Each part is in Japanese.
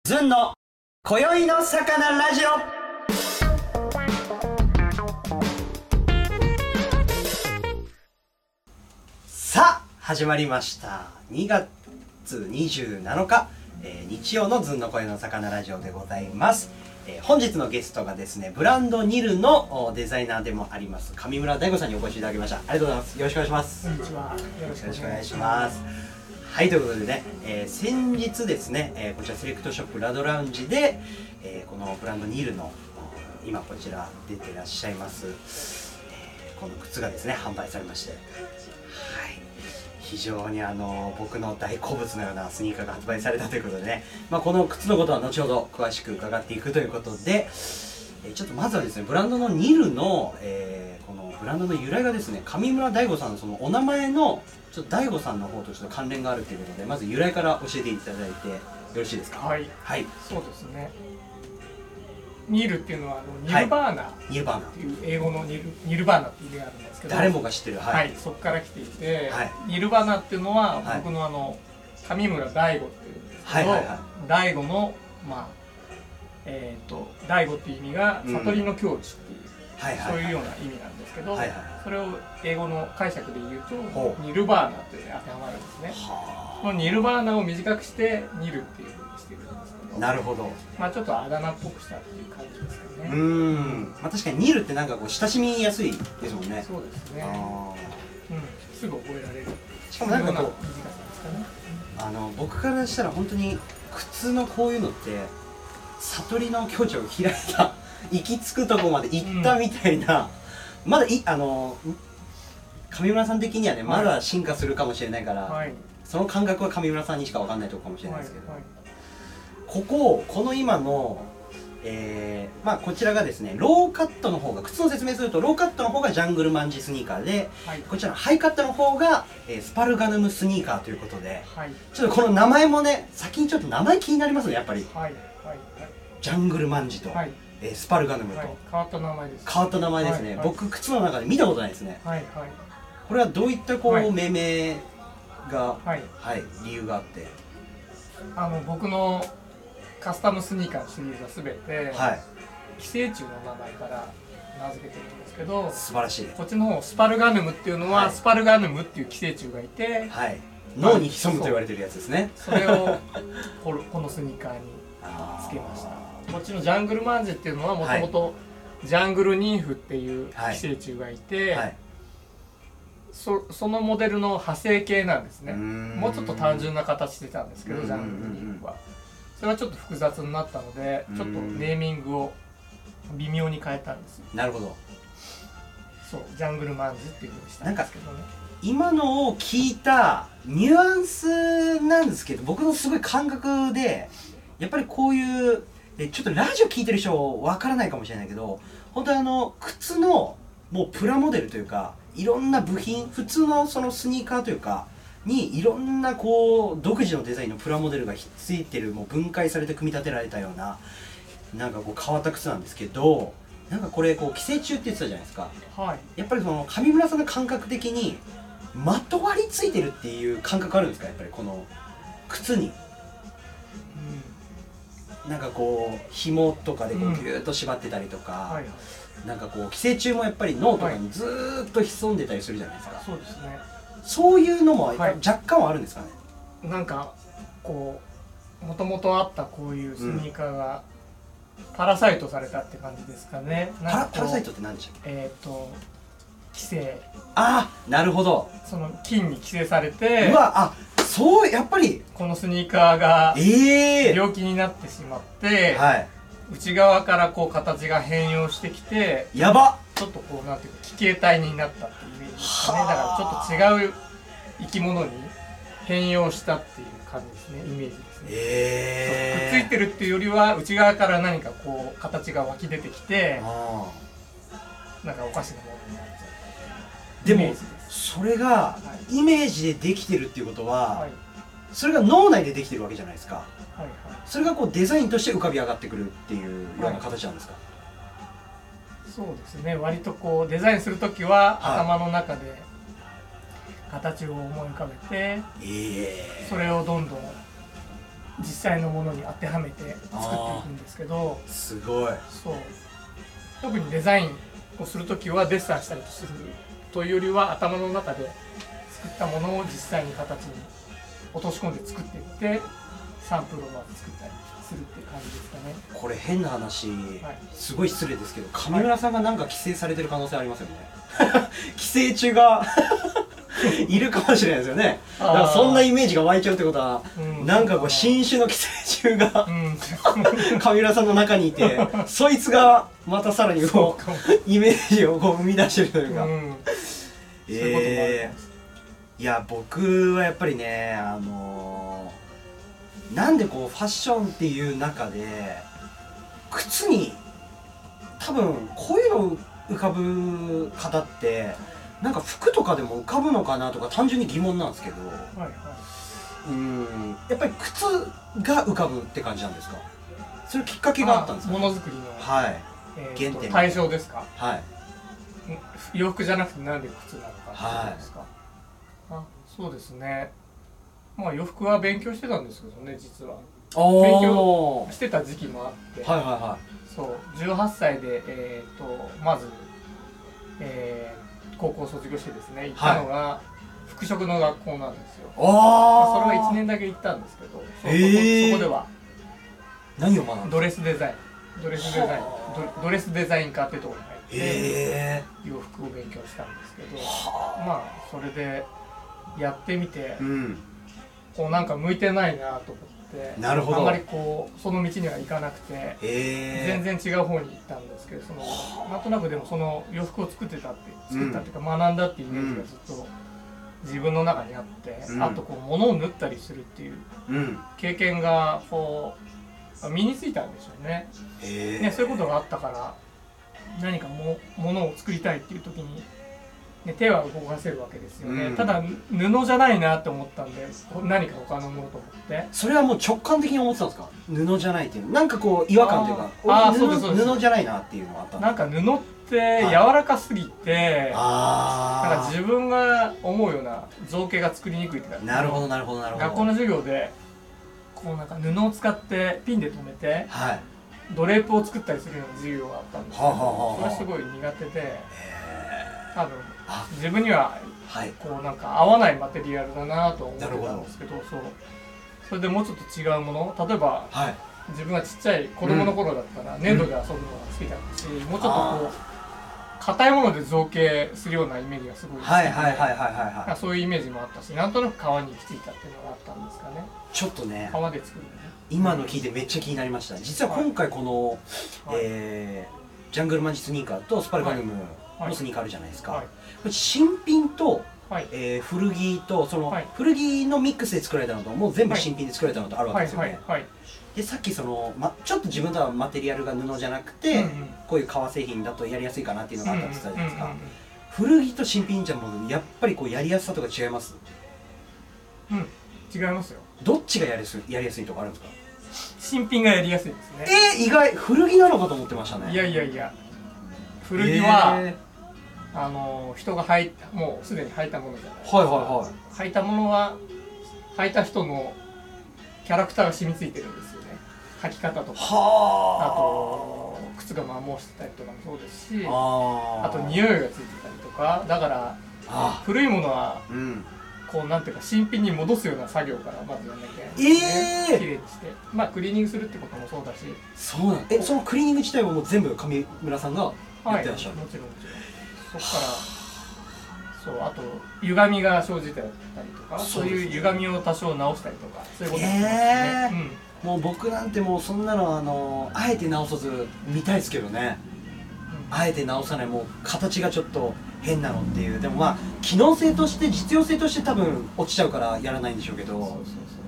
ずんの今宵の魚ラジオ。さあ始まりました2月27日、日曜のずんの今宵の魚ラジオでございます。本日のゲストがですね、ブランドニルのデザイナーでもあります上村大吾さんにお越しいただきました。ありがとうございます。よろしくお願いします。 こんにちは。よろしくお願いします。 はい、ということでね、先日ですね、こちらセレクトショップラドラウンジで、このブランドニルの今こちら出てらっしゃいます、この靴がですね販売されまして、はい、非常に僕の大好物のようなスニーカーが発売されたということでね、この靴のことは後ほど詳しく伺っていくということで、ちょっとまずはですね、ブランドのニルの、このブランドの由来がですね、上村大吾さんのそのお名前のちょっと大吾さんの方とちょっと関連があるということで、まず由来から教えていただいてよろしいですか？ はい、 はい、 そうですね。ニルっていうのはニルバーナっていう英語のニルバーナっていう意味があるんですけど、 誰もが知ってる、 はい、そこから来ていて、 はい、 ニルバーナっていうのは僕の上村大吾っていうんですけど、大吾の大吾っていう意味が悟りの境地っていう、そういうような意味なんですけど、それを英語の解釈で言うとニルバーナっていうのに当てはまるんですね。このニルバーナを短くしてニルっていうふうにしてるんですけど、 なるほど。 ちょっとあだ名っぽくしたっていう感じですかね。 確かにニルってなんかこう親しみやすいですもんね。 そうですね。すぐ覚えられる。 しかもなんかこう短さですかね。 僕からしたら本当に靴のこういうのって悟りの境地を開いた行き着くとこまで行ったみたいな、まだ上村さん的にはね、まだ進化するかもしれないから、その感覚は上村さんにしか分かんないとこかもしれないですけど、この今の、こちらがですね、ローカットの方が、靴の説明するとローカットの方がジャングルマンジスニーカーで、こちらのハイカットの方が、スパルガヌムスニーカーということで、ちょっとこの名前もね、先にちょっと名前気になりますね、やっぱり。ジャングルマンジと、スパルガヌムと、 変わった名前です。 変わった名前ですね。僕靴の中で見たことないですね。これはどういったこう命名が、理由があって、 僕のカスタムスニーカーのシリーズはすべて寄生虫の名前から名付けてるんですけど、 素晴らしい。 こっちの方スパルガヌムっていうのは、スパルガヌムっていう寄生虫がいて、 脳に潜むと言われてるやつですね。 それをこのスニーカーにつけました。こっちのジャングルマンジっていうのはもともとジャングルニンフっていう寄生虫がいて、そのモデルの派生系なんですね。もうちょっと単純な形してたんですけど、ジャングルニンフはそれはちょっと複雑になったので、ちょっとネーミングを微妙に変えたんですよ。 なるほど。 そう、ジャングルマンジっていうふうにしたんですけどね。 今のを聞いたニュアンスなんですけど、僕のすごい感覚でやっぱりこういうちょっとラジオ聞いてる人わからないかもしれないけど、本当に靴のもうプラモデルというか、いろんな部品、普通のそのスニーカーというかにいろんなこう独自のデザインのプラモデルがひっついてる、もう分解されて組み立てられたような、なんかこう変わった靴なんですけど、なんかこれこう寄生虫って言ってたじゃないですか。やっぱりその上村さんの感覚的にまとわりついてるっていう感覚あるんですか？やっぱりこの靴に。なんかこう紐とかでこうギューッと縛ってたりとか、なんかこう寄生虫もやっぱり脳とかにずーっと潜んでたりするじゃないですか。 そうですね。 そういうのも若干はあるんですかね。 なんかこうもともとあったこういうスニーカーがパラサイトされたって感じですかね。 パラサイトって何でしたっけ？ 寄生。 なるほど。 その菌に寄生されて、 そうやっぱりこのスニーカーが病気になってしまって、内側からこう形が変容してきて、ちょっとこうなんていうか奇形体になったっていうイメージですかね。だからちょっと違う生き物に変容したっていう感じですね、イメージですね。くっついてるっていうよりは内側から何かこう形が湧き出てきて、なんかおかしなものになっちゃう。 でもそれがイメージでできてるっていうことは、それが脳内でできてるわけじゃないですか。それがこうデザインとして浮かび上がってくるっていうような形なんですか？ そうですね。割とこうデザインするときは頭の中で形を思い浮かべて、それをどんどん実際のものに当てはめて作っていくんですけど、 すごい。 そう、特にデザインをするときはデッサンしたりするというよりは頭の中で作ったものを実際に形に落とし込んで作っていってサンプルをまず作ったりするっていう感じですかね。 これ変な話、すごい失礼ですけど、上村さんがなんか規制されてる可能性ありますよね。寄生虫がいるかもしれないですよね。だからそんなイメージが湧いちゃうってことは、なんかこう新種の寄生虫が上村さんの中にいて、そいつがまたさらにこうイメージをこう生み出してるというか。いや僕はやっぱりね、なんでこうファッションっていう中で靴に多分こういうの浮かぶ方ってなんか服とかでも浮かぶのかなとか単純に疑問なんですけど、やっぱり靴が浮かぶって感じなんですか？それきっかけがあったんですか？ ものづくりの原点対象ですか？ はい。 洋服じゃなくてなんで靴なのかってことですか？そうですね。まあ洋服は勉強してたんですけどね、実は。勉強してた時期もあって。そう、18歳でまず高校卒業してですね、行ったのが服飾の学校なんですよ。それは1年だけ行ったんですけど、そこでは何を学んだ？ ドレスデザイン科ってところに入って洋服を勉強したんですけど、まあそれでやってみて、こうなんか向いてないなと思って、あんまりこうその道には行かなくて、全然違う方に行ったんですけど、なんとなくでもその洋服を作ったっていうか学んだっていうイメージがずっと自分の中にあって、あとこう物を縫ったりするっていう経験がこう身についたんでしょうね。そういうことがあったから何か物を作りたいっていう時に、手は動かせるわけですよね。ただ布じゃないなって思ったんで、何か他のものと思って。それはもう直感的に思ってたんですか？布じゃないっていうのなんかこう違和感というか、布じゃないなっていうのがあったんですか？ なんか布って柔らかすぎて、なんか自分が思うような造形が作りにくいっていうか。 なるほどなるほどなるほど。 学校の授業でこうなんか布を使ってピンで留めて、ドレープを作ったりするような授業があったんですけど、それすごい苦手で、多分自分にはこうなんか合わないマテリアルだなと思ってたんですけど、それでもうちょっと違うもの、例えば自分がちっちゃい子供の頃だったら粘土で遊ぶのが好きだったし、もうちょっとこう硬いもので造形するようなイメージがすごい好きで、そういうイメージもあったし、なんとなく革に行き着いたっていうのがあったんですかね。 ちょっとね、 革で作るね。 今の聞いてめっちゃ気になりました。実は今回このジャングルマジスニーカーとスパルカニウムのスニーカーあるじゃないですか。新品と古着と、その古着のミックスで作られたのともう全部新品で作られたのとあるわけですよね。でさっきそのちょっと自分とはマテリアルが布じゃなくて、こういう革製品だとやりやすいかなっていうのがあったって言ったじゃないですか。古着と新品じゃもうやっぱりこうやりやすさとか違います？ 違いますよ。 どっちがやりやすいとかあるんですか？ 新品がやりやすいですね。 意外、古着なのかと思ってましたね。 いやいやいや、古着は人がもうすでに履いたものじゃないですか。履いたものは履いた人のキャラクターが染みついてるんですよね。履き方とか、あと靴が摩耗してたりとかもそうですし、あと匂いがついてたりとか、だから古いものはこうなんていうか新品に戻すような作業からまずやんなきゃいけない、きれいにして、クリーニングするってこともそうだし。 そうなん、そのクリーニング自体はもう全部上村さんがやってらっしゃる？ もちろんもちろん。そこからあと歪みが生じてたりとか、そういう歪みを多少直したりとか、そういうことですね。 もう僕なんてもうそんなのあえて直さず見たいですけどね。あえて直さない、もう形がちょっと変なのっていう。でも機能性として実用性として多分落ちちゃうからやらないんでしょうけど、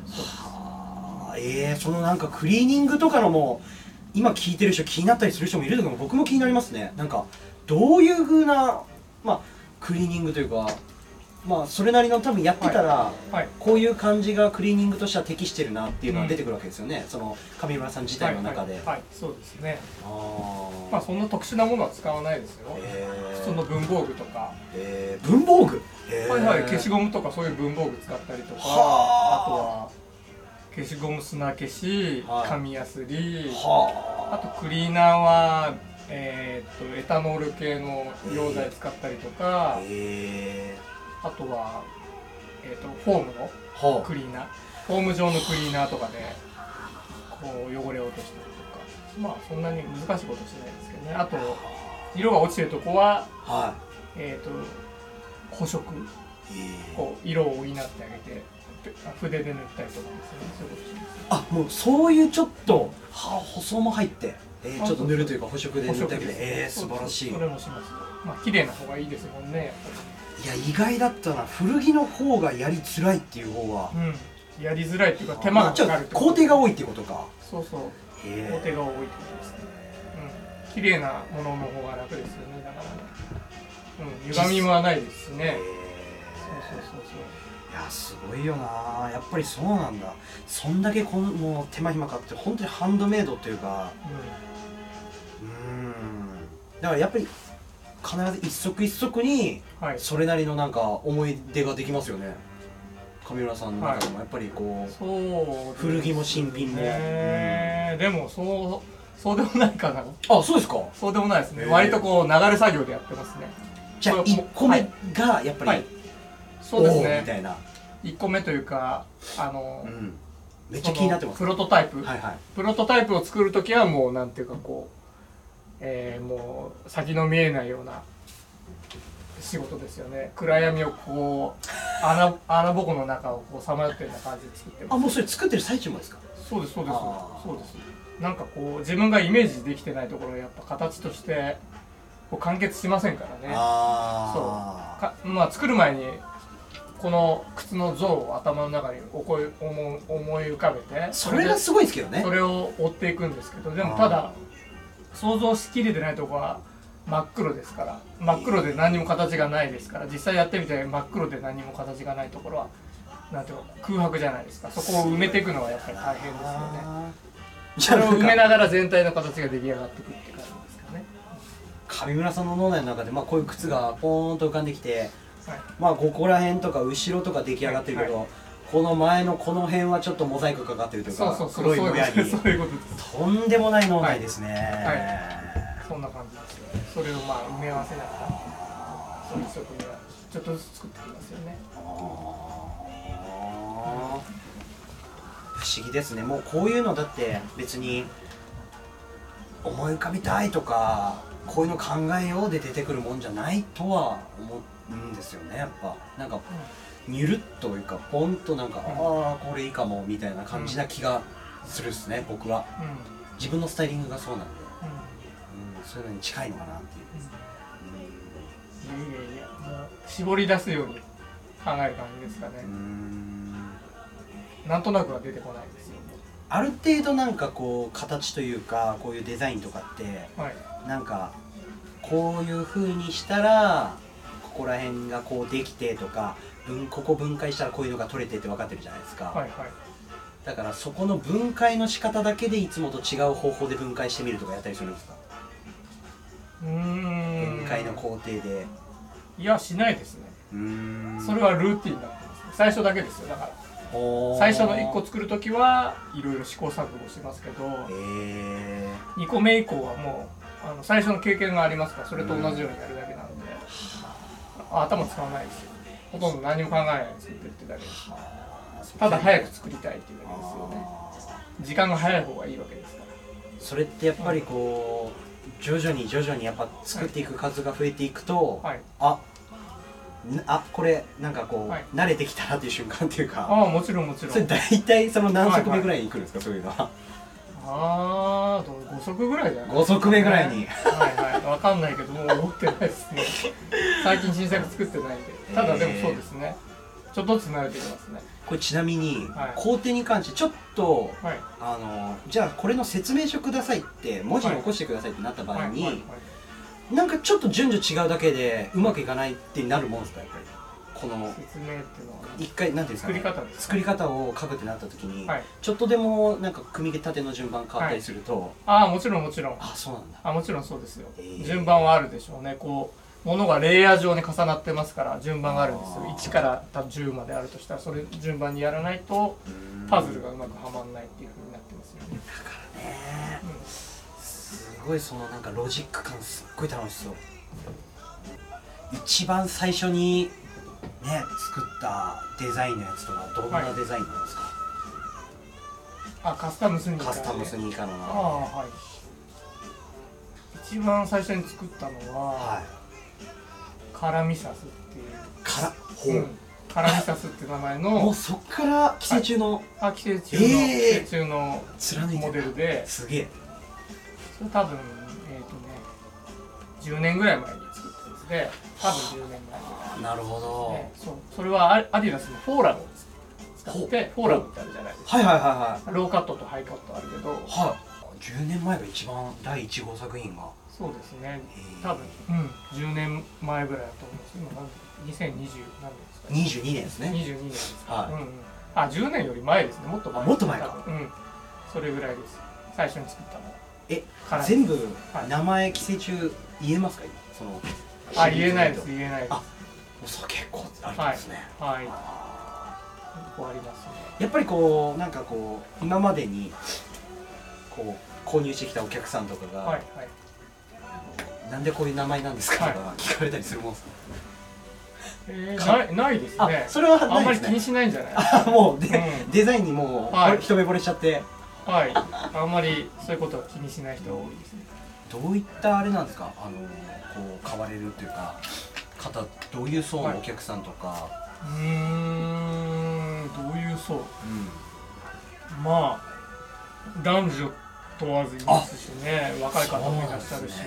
そのなんかクリーニングとかのも今聞いてる人気になったりする人もいるのかも。僕も気になりますね。なんかどういう風なクリーニングというか、それなりの多分やってたらこういう感じがクリーニングとしては適してるなっていうのが出てくるわけですよね。その上村さん自体の中で。 そうですね。そんな特殊なものは使わないですよ。普通の文房具とか。 文房具？ 消しゴムとかそういう文房具使ったりとか、あとは消しゴム砂消し、紙やすり、 はあとクリーナーはエタノール系の溶剤使ったりとか、あとは、フォームのクリーナー、フォーム状のクリーナーとかでこう汚れを落としたりとか、まあそんなに難しいことしてないですけどね。あと色が落ちてるとこは、補色、こう色を補ってあげて筆で塗ったりとかですね。そういうことします。 あ、もうそういうちょっと舗装も入ってちょっと塗るというか補色で塗ったりで、素晴らしい。 それもします。まあ綺麗な方がいいですもんね。 いや意外だったな、古着の方がやりづらいっていう方は、 やりづらいっていうか手間がかかるって工程が多いってことか。 そうそう、工程が多いってことですね。綺麗なものの方が楽ですよね。だからね、歪みもないですしね。そういやすごいよな、やっぱりそうなんだ。そんだけもう手間暇かって本当にハンドメイドっていうか、だからやっぱり必ず一足一足にそれなりのなんか思い出ができますよね。上村さんの中でもやっぱりこう、古着も新品も。 でもそうでもないかな。 あ、そうですか。 そうでもないですね。割とこう流れ作業でやってますね。 じゃあ1個目がやっぱりそうですねみたいな。 1個目というかめっちゃ気になってます。 プロトタイプを作るときはもうなんていうかこうもう先の見えないような仕事ですよね。暗闇をこう穴ぼこの中をこうさまよってるような感じで作ってます。 あ、もうそれ作ってる最中もですか？ そうです。なんかこう自分がイメージできてないところをやっぱ形としてこう完結しませんからね。まあ作る前にこの靴の像を頭の中に思い浮かべて、 それがすごいですけどね。 それを追っていくんですけど、でもただ想像しきれてないところは真っ黒ですから、真っ黒で何も形がないですから、実際やってみて真っ黒で何も形がないところはなんていうか空白じゃないですか。そこを埋めていくのはやっぱり大変ですよね。それを埋めながら全体の形が出来上がっていくって感じですかね。 上村さんの脳内の中でこういう靴がポーンと浮かんできて、ここら辺とか後ろとか出来上がってるけど、この前のこの辺はちょっとモザイクかかってるというか、黒いもやにとんでもない脳内ですね。 そんな感じですよね。それを埋め合わせながらそういう職人がちょっとずつ作ってきますよね。 不思議ですね。もうこういうのだって別に思い浮かびたいとかこういうの考えようで出てくるもんじゃないとは思うんですよね。やっぱなんかニュルッというかポンとなんかこれいいかもみたいな感じな気がするっすね、僕は。自分のスタイリングがそうなんで、そういうのに近いのかなっていう。 いやもう絞り出すように考える感じですかね。なんとなくは出てこないですよ。 ある程度なんかこう形というかこういうデザインとかって、なんかこういう風にしたらここら辺がこうできてとか、ここ分解したらこういうのが取れてって分かってるじゃないですか。だからそこの分解の仕方だけでいつもと違う方法で分解してみるとかやったりするんですか？分解の工程で。 いや、しないですね。それはルーティンになってますね。最初だけですよ。だから最初の1個作る時はいろいろ試行錯誤しますけど、2個目以降はもう最初の経験がありますから、それと同じようにやるだけなので、頭使わないですよ。ほとんど何も考えないで作ってるってだけです。ただ早く作りたいっていうだけですよね。時間が早い方がいいわけですから。 それってやっぱりこう徐々にやっぱ作っていく数が増えていくと、これなんかこう、慣れてきたなっていう瞬間っていうか。 もちろん。 それ大体その何足目ぐらいにいくんですか、そういうのは。 5足ぐらいじゃない 5足目ぐらいに。 分かんないけどもう持ってないですね。最近新作作ってないんで。ただでもそうですね、ちょっとずつ慣れてきますね。 これちなみに工程に関してちょっとじゃあこれの説明書くださいって文字に起こしてくださいってなった場合に、なんかちょっと順序違うだけでうまくいかないってなるもんですか？やっぱりこの説明っていうのは一回なんていうんですかね、作り方を書くってなった時にちょっとでもなんか組み立ての順番変わったりすると。 もちろん。 そうなんだ。 もちろんそうですよ。順番はあるでしょうね。こうものがレイヤー状に重なってますから順番があるんですよ。1から多分10まであるとしたらそれ順番にやらないとパズルがうまくはまんないっていう風になってますよね。 だからね、すごいそのなんかロジック感すっごい楽しそう。一番最初にね作ったデザインのやつとかどんなデザインなんですか？ カスタムスニーカー、 カスタムスニーカーのはい。一番最初に作ったのは、カラミサスっていうカラミサスって名前のもうそっから寄生虫の、 寄生虫のモデルで、 すげえ。 それ多分10年ぐらい前に作ったやつで、多分10年前ぐらい。 なるほど。 それはアディダスのフォーラムを使って、フォーラムってあるじゃないですか。ローカットとハイカットあるけど、 10年前が一番第1号作品が。 そうですね。多分10年前ぐらいだと思うんです。今2020何年ですか ？22年ですね。 22年ですか。10年より前ですね。もっと前か。それぐらいです。最初に作ったの。 全部名前寄生虫言えますか？その言えないです。言えないです。 結構あるんですね。 はい。結構ありますね。 やっぱりこうなんかこう今までにこう購入してきたお客さんとかがなんでこういう名前なんですかとか聞かれたりするもんですか？ないですね。 それはあんまり気にしないんじゃない？ もうデザインにもう一目惚れしちゃって。 あんまりそういうことは気にしない人が多いですね。 どういったあれなんですか？こう買われるというかどういう層のお客さんとか。 どういう層？まあ男女問わずいますしね。若い方もいらっしゃるし、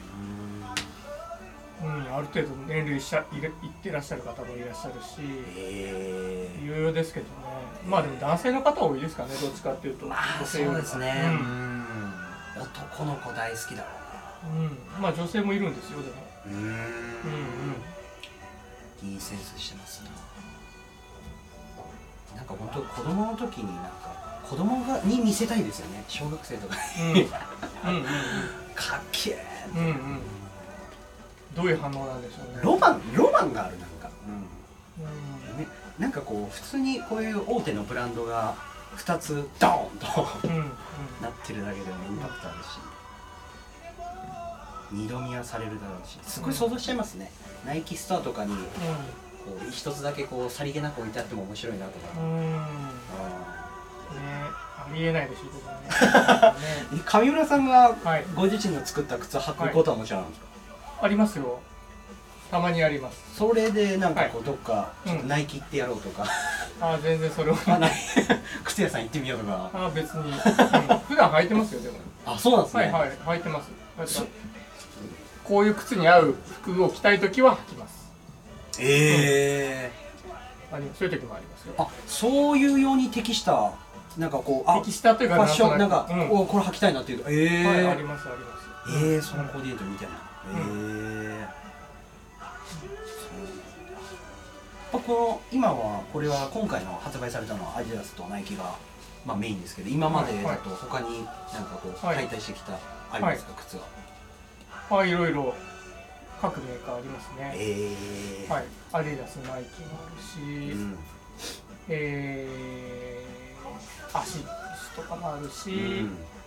ある程度年齢いってらっしゃる方もいらっしゃるし、いろいろですけどね。まあでも男性の方多いですかね。どっちかっていうと。 そうですね。男の子大好きだろうな。まあ女性もいるんですよでも。 いいセンスしてますね。なんか本当子供の時になんか子供に見せたいですよね。小学生とかにかっけえ。 どういう反応なんでしょうね。 ロマンがあるなんか。なんかこう普通にこういう大手のブランドが2つドーンとなってるだけでもインパクトあるし、二度見はされるだろうし、すごい想像しちゃいますね。ナイキストアとかにこう一つだけこうさりげなく置いてあっても面白いなとか。 ありえないでしょうけどね。 上村さんがご自身の作った靴履くことはもちろんあるんですか？ ありますよ。たまにあります。 それでなんかこうどっかナイキ行ってやろうとか。 全然それはない。 靴屋さん行ってみようとか。 別に。普段履いてますよでも。 そうなんですね。 履いてます。こういう靴に合う服を着たいときは履きます。そういう時もありますよ。 そういうように適したなんかこう適したというかファッションなんかこれ履きたいなっていうとありますあります。 そのコーディネートみたいな。今はこれは今回の発売されたのはアディダスとナイキがメインですけど、今までだと他になんかこう解体してきたありますか？靴は。 いろいろ各メーカーありますね。アディダス、ナイキもあるし、アシックスとかもあるし、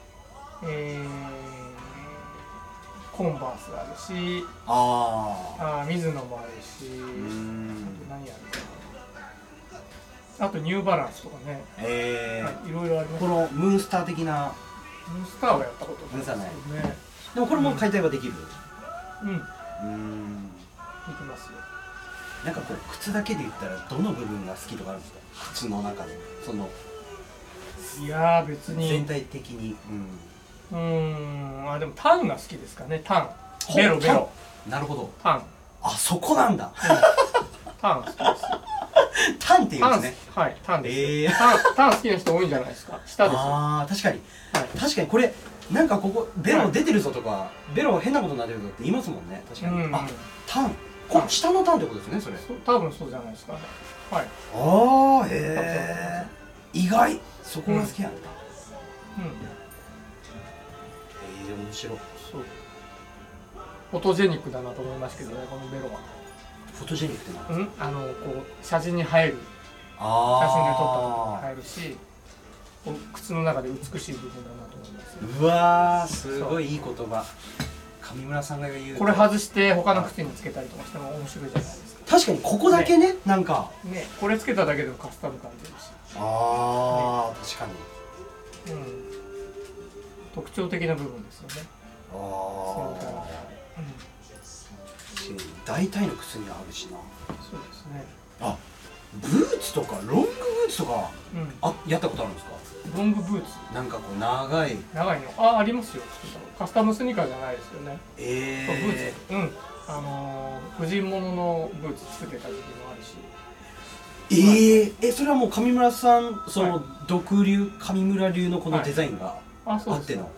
コンバースあるし、ミズノもあるし、何あるかな。あとニューバランスとかね。いろいろあります。 このムーンスター的な。 ムーンスターはやったことないですね。 でもこれも解体はできる。 できますよ。 なんかこう靴だけで言ったらどの部分が好きとかあるんですか？靴の中でその。 いや別に。 全体的に。 でもタンが好きですかね。タン。ベロ。 なるほど。 タン。 そこなんだ。 タン好きです。 タンって言うんですね。 タンです。タン好きな人多いんじゃないですか。下です。 確かにこれなんかここベロ出てるぞとか、ベロ変なことになってるぞって言いますもんね。確かに。タン。下のタンってことですね。それ。 多分そうじゃないですかね。 意外。そこが好きなんだ。面白い。 フォトジェニックだなと思いますけどね、このベロは。 フォトジェニックって何ですか？ こう写真に映える、写真で撮ったものに映えるし、靴の中で美しい部分だなと思います。 うわー、すごいいい言葉。上村さんが言う。 これ外して他の靴につけたりとかしても面白いじゃないですか。 確かにここだけね、なんかね、これつけただけでもカスタム感出るし。 ああ、確かに。 特徴的な部分ですよね。 大体の靴にあるしな。 そうですね。 あ、ブーツとかロングブーツとか、やったことあるんですか？ ロングブーツ。 なんかこう長いの、ありますよ。カスタムスニーカーじゃないですよね。ブーツ。婦人物のブーツ作ってた時期もあるし。それはもう上村さん、その独流、上村流のこのデザインがあっての。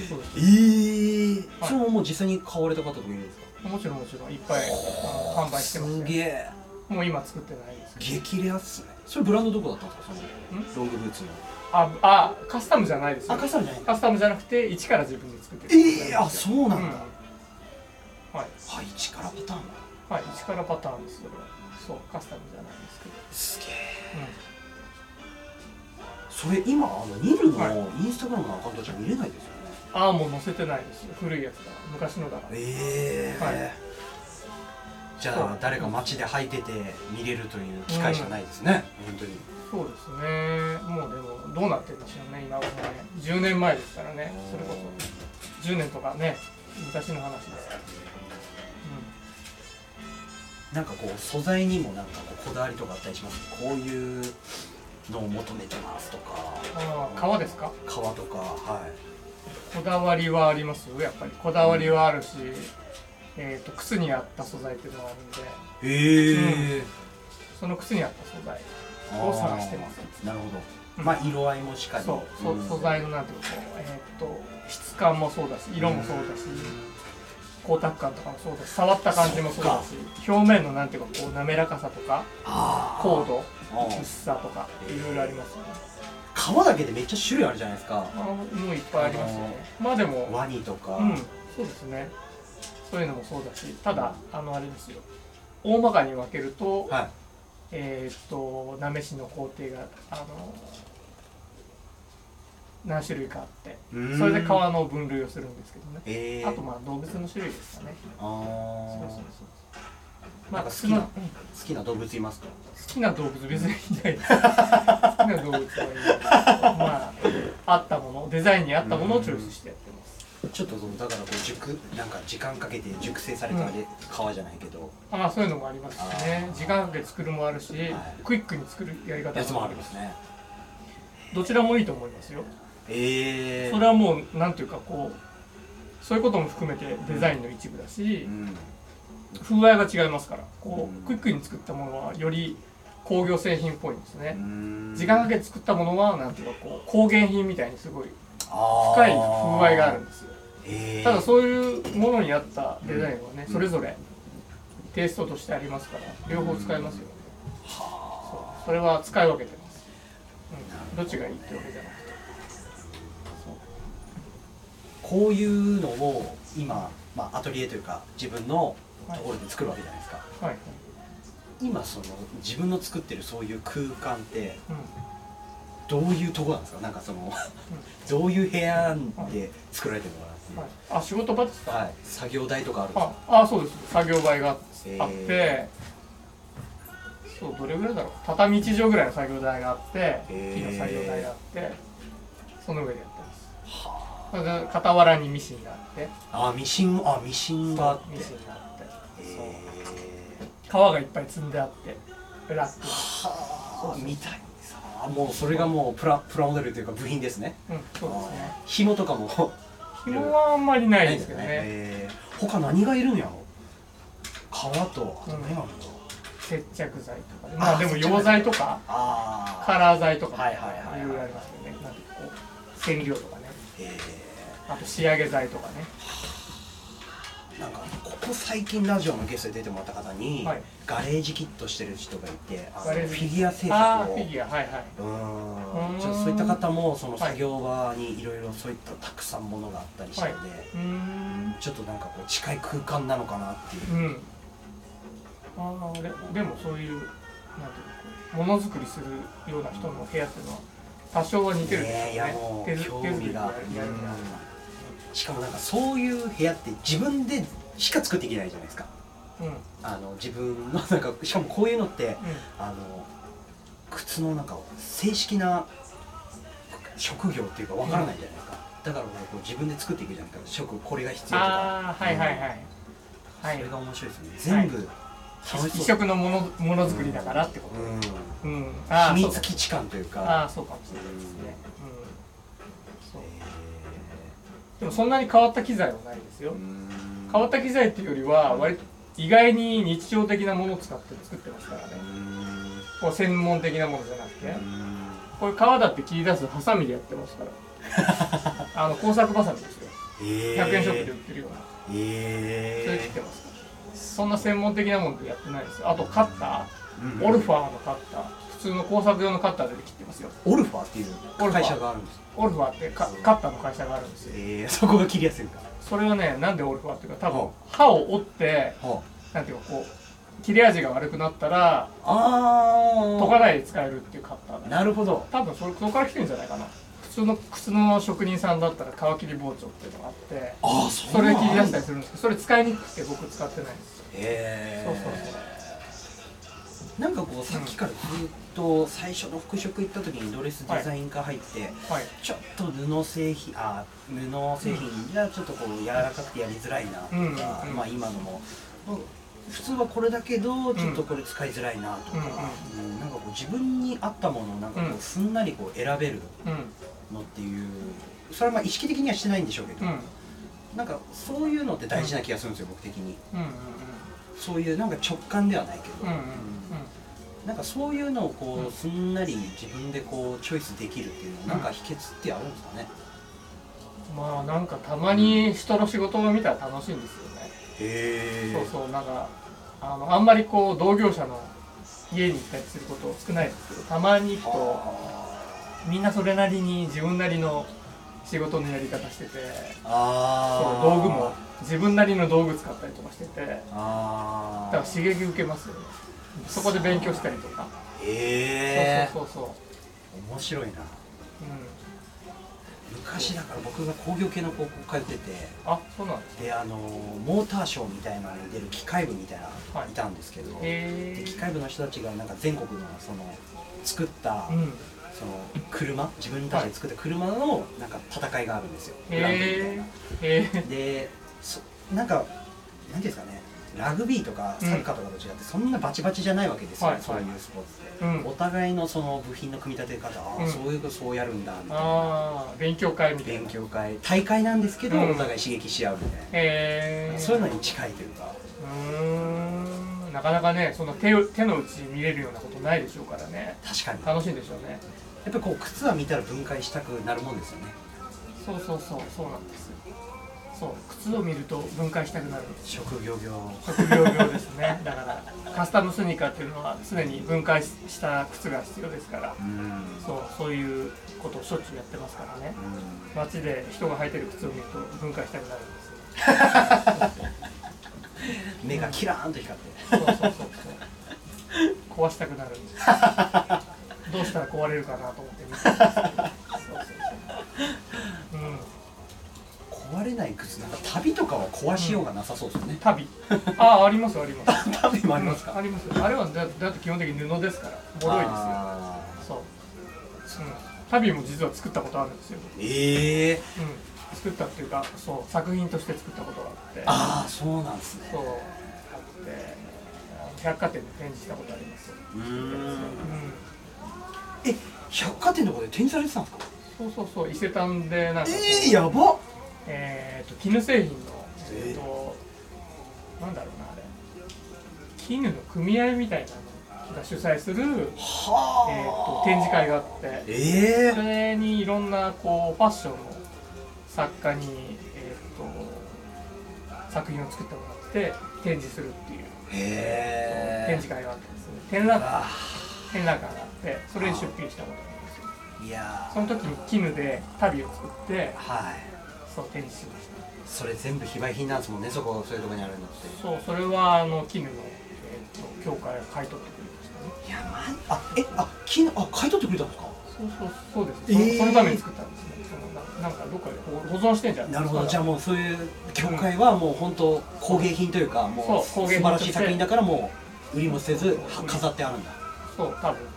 それももう実際に買われた方とかいるんですか？ もちろんいっぱい販売してます。 すげえ。 もう今作ってないですけど。激レアっすね。それブランドどこだったんですか？そのロングブーツの。 カスタムじゃないですよ。 カスタムじゃない。 カスタムじゃなくて一から自分で作ってる。 そうなんだ。 はい。 一からパターン。 はい、一からパターンです。そう、カスタムじゃないですけど。 すげえ。それ今ニルのインスタグラムのアカウントじゃ見れないですよね。 もう載せてないですよ。古いやつだ。昔のだから。 じゃあ誰か街で履いてて見れるという機会しかないですね。本当に。 そうですね。もうでもどうなってるんでしょうね。今はね、10年前ですからね。それこそ10年とかね、昔の話ですから。 なんかこう素材にもなんかこだわりとかあったりします？こういうのを求めてますとか。 革ですか？ 革とか、はい。 こだわりはありますよ。やっぱりこだわりはあるし、靴に合った素材っていうのがあるんで、その靴に合った素材を探してます。 なるほど。まあ色合いもしっかり。 素材のなんていうか質感もそうだし、色もそうだし。光沢感とかもそうだし、触った感じもそうだし、表面のなんていうかこう滑らかさとか硬度、薄さとかいろいろありますよね。 革だけでめっちゃ種類あるじゃないですか。 もういっぱいありますよね。まあでもワニとか、 そうですね。そういうのもそうだし、ただあれですよ。大まかに分けると、なめしの工程が何種類かあって、それで革の分類をするんですけどね。あとまあ動物の種類ですかね。 まあ好きな動物いますか？ 好きな動物別にいないです。好きな動物はいないですけど、まあ合ったもの、デザインに合ったものをチョイスしてやってます。 ちょっとだからこうなんか時間かけて熟成された革じゃないけど、 そういうのもありますしね。時間かけて作るもあるし、クイックに作るやり方もありますね。どちらもいいと思いますよ。それはもうなんていうかこうそういうことも含めてデザインの一部だし、風合いが違いますから、こうクイックに作ったものはより工業製品っぽいんですね。時間かけて作ったものはなんていうかこう工芸品みたいにすごい深い風合いがあるんですよ。ただそういうものに合ったデザインはね、それぞれテイストとしてありますから両方使えますよ。それは使い分けてます。どっちがいいってわけじゃなくて。 こういうのを今、アトリエというか自分のところで作るわけじゃないですか。今その自分の作ってるそういう空間ってどういうとこなんですか？なんかそのどういう部屋で作られてるのかな。 仕事場ですか？ 作業台とかあるんですか？ そうです。作業台があって、どれぐらいだろう。畳1畳ぐらいの作業台があって、木の作業台があって、その上でやってます。傍らにミシンがあって、 ミシンがあって、 革がいっぱい積んであって、ブラックみたいにさ、もうそれがもうプラモデルというか部品ですね。 そうですね。 紐とかも紐はあんまりないですけどね。 他何がいるんやろ？革と何があるの？ 接着剤とか、まあでも溶剤とかカラー剤とかいろいろありますよね。なんてこう染料とかね。あと仕上げ剤とかね。 なんかここ最近ラジオのゲストで出てもらった方に、はい、ガレージキットしてる人がいて、フィギュア制作を、 フィギュア、はいはい、 ちょっとそういった方もその作業場にいろいろそういったたくさんものがあったりしたので、はい、ちょっとなんかこう近い空間なのかなっていう、 でもそういうなんていうの、ものづくりするような人の部屋っていうのは多少は似てるんですよね。 いやもう興味が、しかもなんかそういう部屋って自分でしか作っていけないじゃないですか。自分のなんかしかもこういうのって、靴のなんか正式な職業っていうかわからないじゃないですか。だからこう自分で作っていくじゃないですか。これが必要とか。 はいはいはい。 それが面白いですね。全部。 異色のものづくりだからってこと。 秘密基地感というか。 そうかもしれないですね。でもそんなに変わった機材はないですよ。変わった機材っていうよりは割と意外に日常的なものを使って作ってますからね。こう専門的なものじゃなくて、これ皮だって切り出すハサミでやってますから。工作バサミですよ。100円ショップで売ってるような。それ切ってますから。そんな専門的なものでやってないですよ。あとカッター、オルファーのカッター、普通の工作用のカッターで切ってますよ。 オルファーっていう会社があるんです。 オルファーってカッターの会社があるんですよ。 そこが切りやすいんだ。 それはね、なんでオルファーっていうか、多分刃を折って、なんていうかこう切れ味が悪くなったら研がないで使えるっていうカッター。 なるほど。 多分そこから来てるんじゃないかな。普通の靴の職人さんだったら皮切り包丁っていうのがあって、それで切り出したりするんですけど、それ使いにくくて僕使ってないんですよ。そうそうそう。 なんかこうさっきからずっと最初の服飾行った時にドレスデザイン科入って、ちょっと布製品じゃちょっとこう柔らかくてやりづらいなとか、まあ今のも普通はこれだけどちょっとこれ使いづらいなとか、なんかこう自分に合ったものをなんかこうすんなりこう選べるのっていう、それはまあ意識的にはしてないんでしょうけど、なんかそういうのって大事な気がするんですよ、僕的に。そういうなんか直感ではないけど、なんかそういうのをこうすんなり自分でこうチョイスできるっていうのはなんか秘訣ってあるんですかね。 まあなんかたまに人の仕事を見たら楽しいんですよね。そうそう、なんかあんまりこう同業者の家に行ったりすること少ないですけど、たまに行くとみんなそれなりに自分なりの仕事のやり方してて、そう道具も自分なりの道具使ったりとかしてて、だから刺激受けますよね。そこで勉強したりとか。そう面白いな。昔だから僕が工業系の高校通ってて、 そうなんですでモーターショーみたいなのに出る機械部みたいなのいたんですけど、で機械部の人たちがなんか全国のその作ったその車、自分たちで作った車のなんか戦いがあるんですよ。グランプリみたいな。でなんかなんていうんですかね、ラグビーとかサッカーとかと違ってそんなバチバチじゃないわけですよ、そういうスポーツって。お互いのその部品の組み立て方、そうやるんだみたいな。 勉強会みたいな。 勉強会、大会なんですけど、お互い刺激し合うみたいな。そういうのに近いというか。 なかなかね、その手の内見れるようなことないでしょうからね。 確かに。 楽しいでしょうね。 やっぱりこう靴は見たら分解したくなるもんですよね。 そうなんです。そう、靴を見ると分解したくなるんです。 職業ですね。だからカスタムスニーカーっていうのは常に分解した靴が必要ですから、そういうことをしょっちゅうやってますからね。街で人が履いてる靴を見ると分解したくなるんですよ。 目がキラーンと光って。 そう。壊したくなるんです。どうしたら壊れるかなと思って見てますけど。 壊れない靴、なんか旅とかは壊しようがなさそうですよね。 旅。あります。 旅もありますか。 あります。あれはだって基本的に布ですから、脆いですよ。そう。旅も実は作ったことあるんですよ。作ったっていうか、作品として作ったことがあって。 そうなんですね。 そう。あって百貨店で展示したことありますよ。 百貨店とかで展示されてたんですか。 そう、伊勢丹でなんかやばっ。 絹製品のなんだろうな、あれ絹の組合みたいなのが主催する展示会があって、それにいろんなこうファッションの作家に作品を作ってもらって展示するっていう展示会があってですね、展覧会があってそれに出品したことがありますよ。いやその時に絹で足袋を作って、はい、そう展示しました。 それ全部非売品なんですもんね、そういうところにあるのって。 そう、それは絹の、協会が買い取ってくれましたね。 いや絹買い取ってくれたんですか。 そうです、そのために作ったんですね。なんかどっかで保存してんじゃないですか。 なるほど、じゃあもうそういう協会はもう本当工芸品というか、もう素晴らしい作品だからもう売りもせず飾ってあるんだ。 そう、多分飾って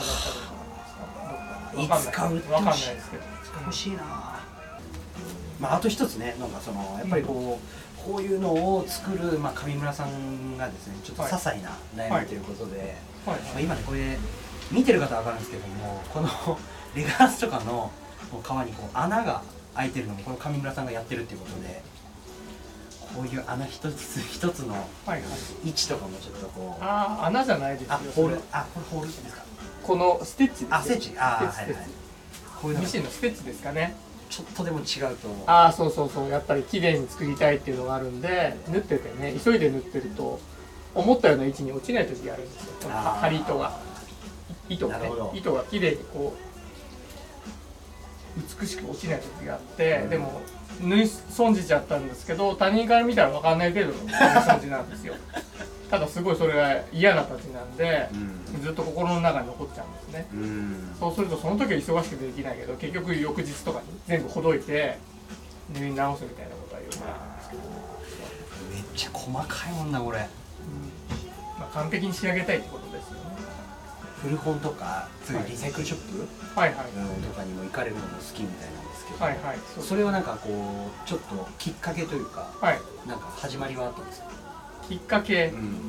あるんじゃないですか。 いつか売ってほしい。欲しいな。あと一つね、なんかやっぱりこういうのを作る上村さんがですね、ちょっと些細な悩みということで、今ねこれ見てる方は分かるんですけども、このレガラスとかの革に穴が開いてるのもこの上村さんがやってるっていうことで、こういう穴一つ一つの位置とかもちょっと穴じゃないですよ。 これホールですか。 このステッチです。 ステッチ。 こういうミシンのステッチですかね。 ちょっとでも違うと。 そうやっぱり綺麗に作りたいっていうのがあるんで、縫っててね、急いで縫ってると思ったような位置に落ちない時があるんですよ。この針糸が糸が綺麗に美しく落ちない時があって、でも縫い損じちゃったんですけど、他人から見たら分かんない程度の縫い損じなんですよ。ただすごいそれが嫌なたちなんで、ずっと心の中に残っちゃうんですね。そうするとその時は忙しくてできないけど、結局翌日とかに全部ほどいて縫い直すみたいなことはよくあるんですけど、 めっちゃ細かいもんなこれ。 完璧に仕上げたいってことですよね。 古本とかそういうリサイクルショップとかにも行かれるのも好きみたいなんですけど、それはなんかちょっときっかけというか、なんか始まりはあったんですか。 きっかけ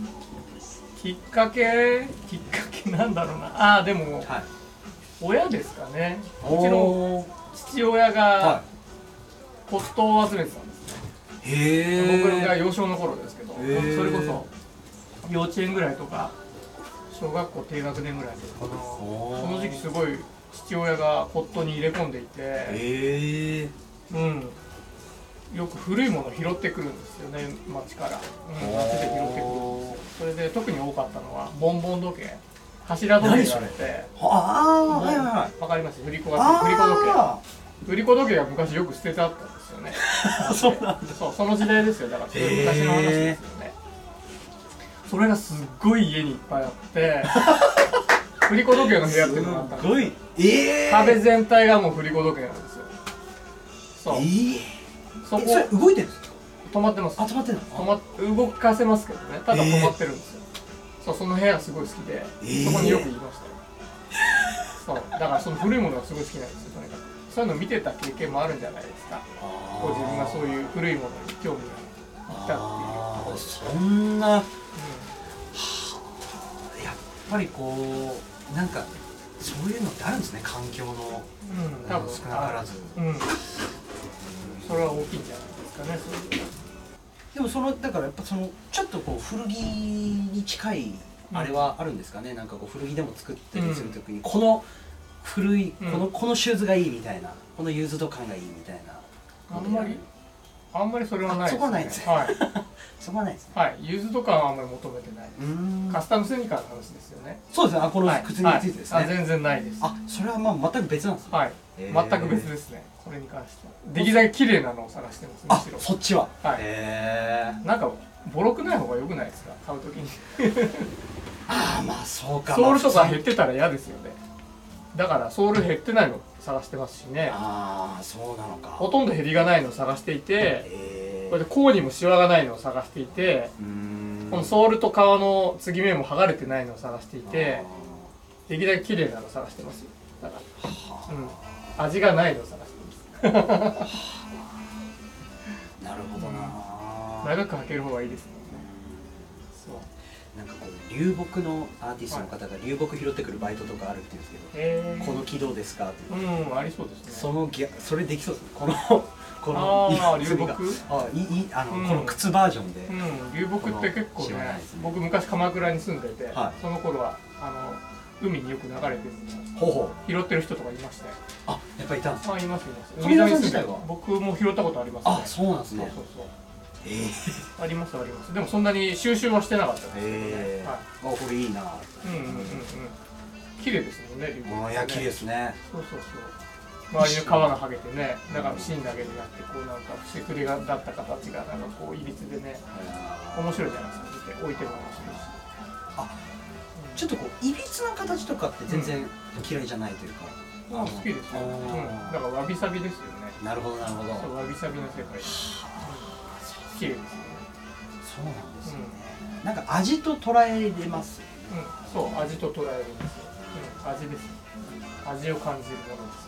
なんだろうな。でも親ですかね。うちの父親が骨董を集めてたんですね。僕が幼少の頃ですけど、それこそ幼稚園ぐらいとか小学校低学年ぐらいですかな。その時期すごい父親が骨董に入れ込んでいて、よく古いものを拾ってくるんですよね、町から。町で拾ってくるんですよ。それで特に多かったのはボンボン時計、柱時計があって、わかります？振り子時計。振り子時計が昔よく捨ててあったんですよね。その時代ですよ。だから昔の話ですよね。それがすっごい家にいっぱいあって、振り子時計の部屋っていうのがあったんですよ。壁全体がもう振り子時計なんですよ。それ動いてるんですか？ 止まってます。 止まってるの？動かせますけどね。ただ止まってるんですよ。その部屋がすごい好きで、そこによく言いましたよ。だからその古いものがすごい好きなんですよ。とにかくそういうのを見てた経験もあるんじゃないですか。自分がそういう古いものに興味がいったっていう。 そんな、やっぱりなんかそういうのってあるんですね、環境の多分少なからず。 それは大きいんじゃないですかね。 でもだからやっぱちょっと古着に近いあれはあるんですかね。なんか古着でも作ったりするときにこの古いこのシューズがいいみたいな、このユーズド感がいいみたいな。 あんまりそれはないですね。 そこはないですね。そこはないですね。 ユーズド感はあんまり求めてないです。カスタムスニーカーの話ですよね。 そうですね。この靴についてですね。 全然ないです。 それは全く別なんですね。 全く別ですね。これに関してはできるだけ綺麗なのを探してます。むしろそっちは。 なんかボロくない方が良くないですか、買うときに。 そうか。 ソールとか減ってたら嫌ですよね。だからソール減ってないの探してますしね。 そうなのか。 ほとんど減りがないのを探していて、これで甲にもシワがないのを探していて、このソールと革の継ぎ目も剥がれてないのを探していて、できるだけ綺麗なのを探してますよ。だから、味がないのを探してます。 なるほどな。 長く履ける方がいいですもんね。 なんか流木のアーティストの方が流木拾ってくるバイトとかあるって言うんですけど、この木どうですかって。 ありそうですね。それできそうですね。この流木、 この靴バージョンで。 流木って結構ね、僕昔鎌倉に住んでて、その頃は海によく流れてる拾ってる人とかいまして。 やっぱりいたんですか？ います。海沿いに住んでる。僕も拾ったことありますね。 そうなんですね。 ありますあります。でもそんなに収集はしてなかったですけどね。 これいいな。 綺麗ですもんね、流木。 いや綺麗ですね。 そうそうそう。周りの皮が剥げてね、だから芯だけになってこうなんか節くれがだった形がなんかこういびつでね、面白いじゃないですか。見て置いても面白いし。 ちょっとこういびつな形とかって全然嫌いじゃないというか。 好きですよ。だからわびさびですよね。 なるほどなるほど。 そう、わびさびの世界。綺麗ですよね。 そうなんですよね。なんか味と捉えれます。 そう、味と捉えるんですよ。味です。味を感じるものですよ。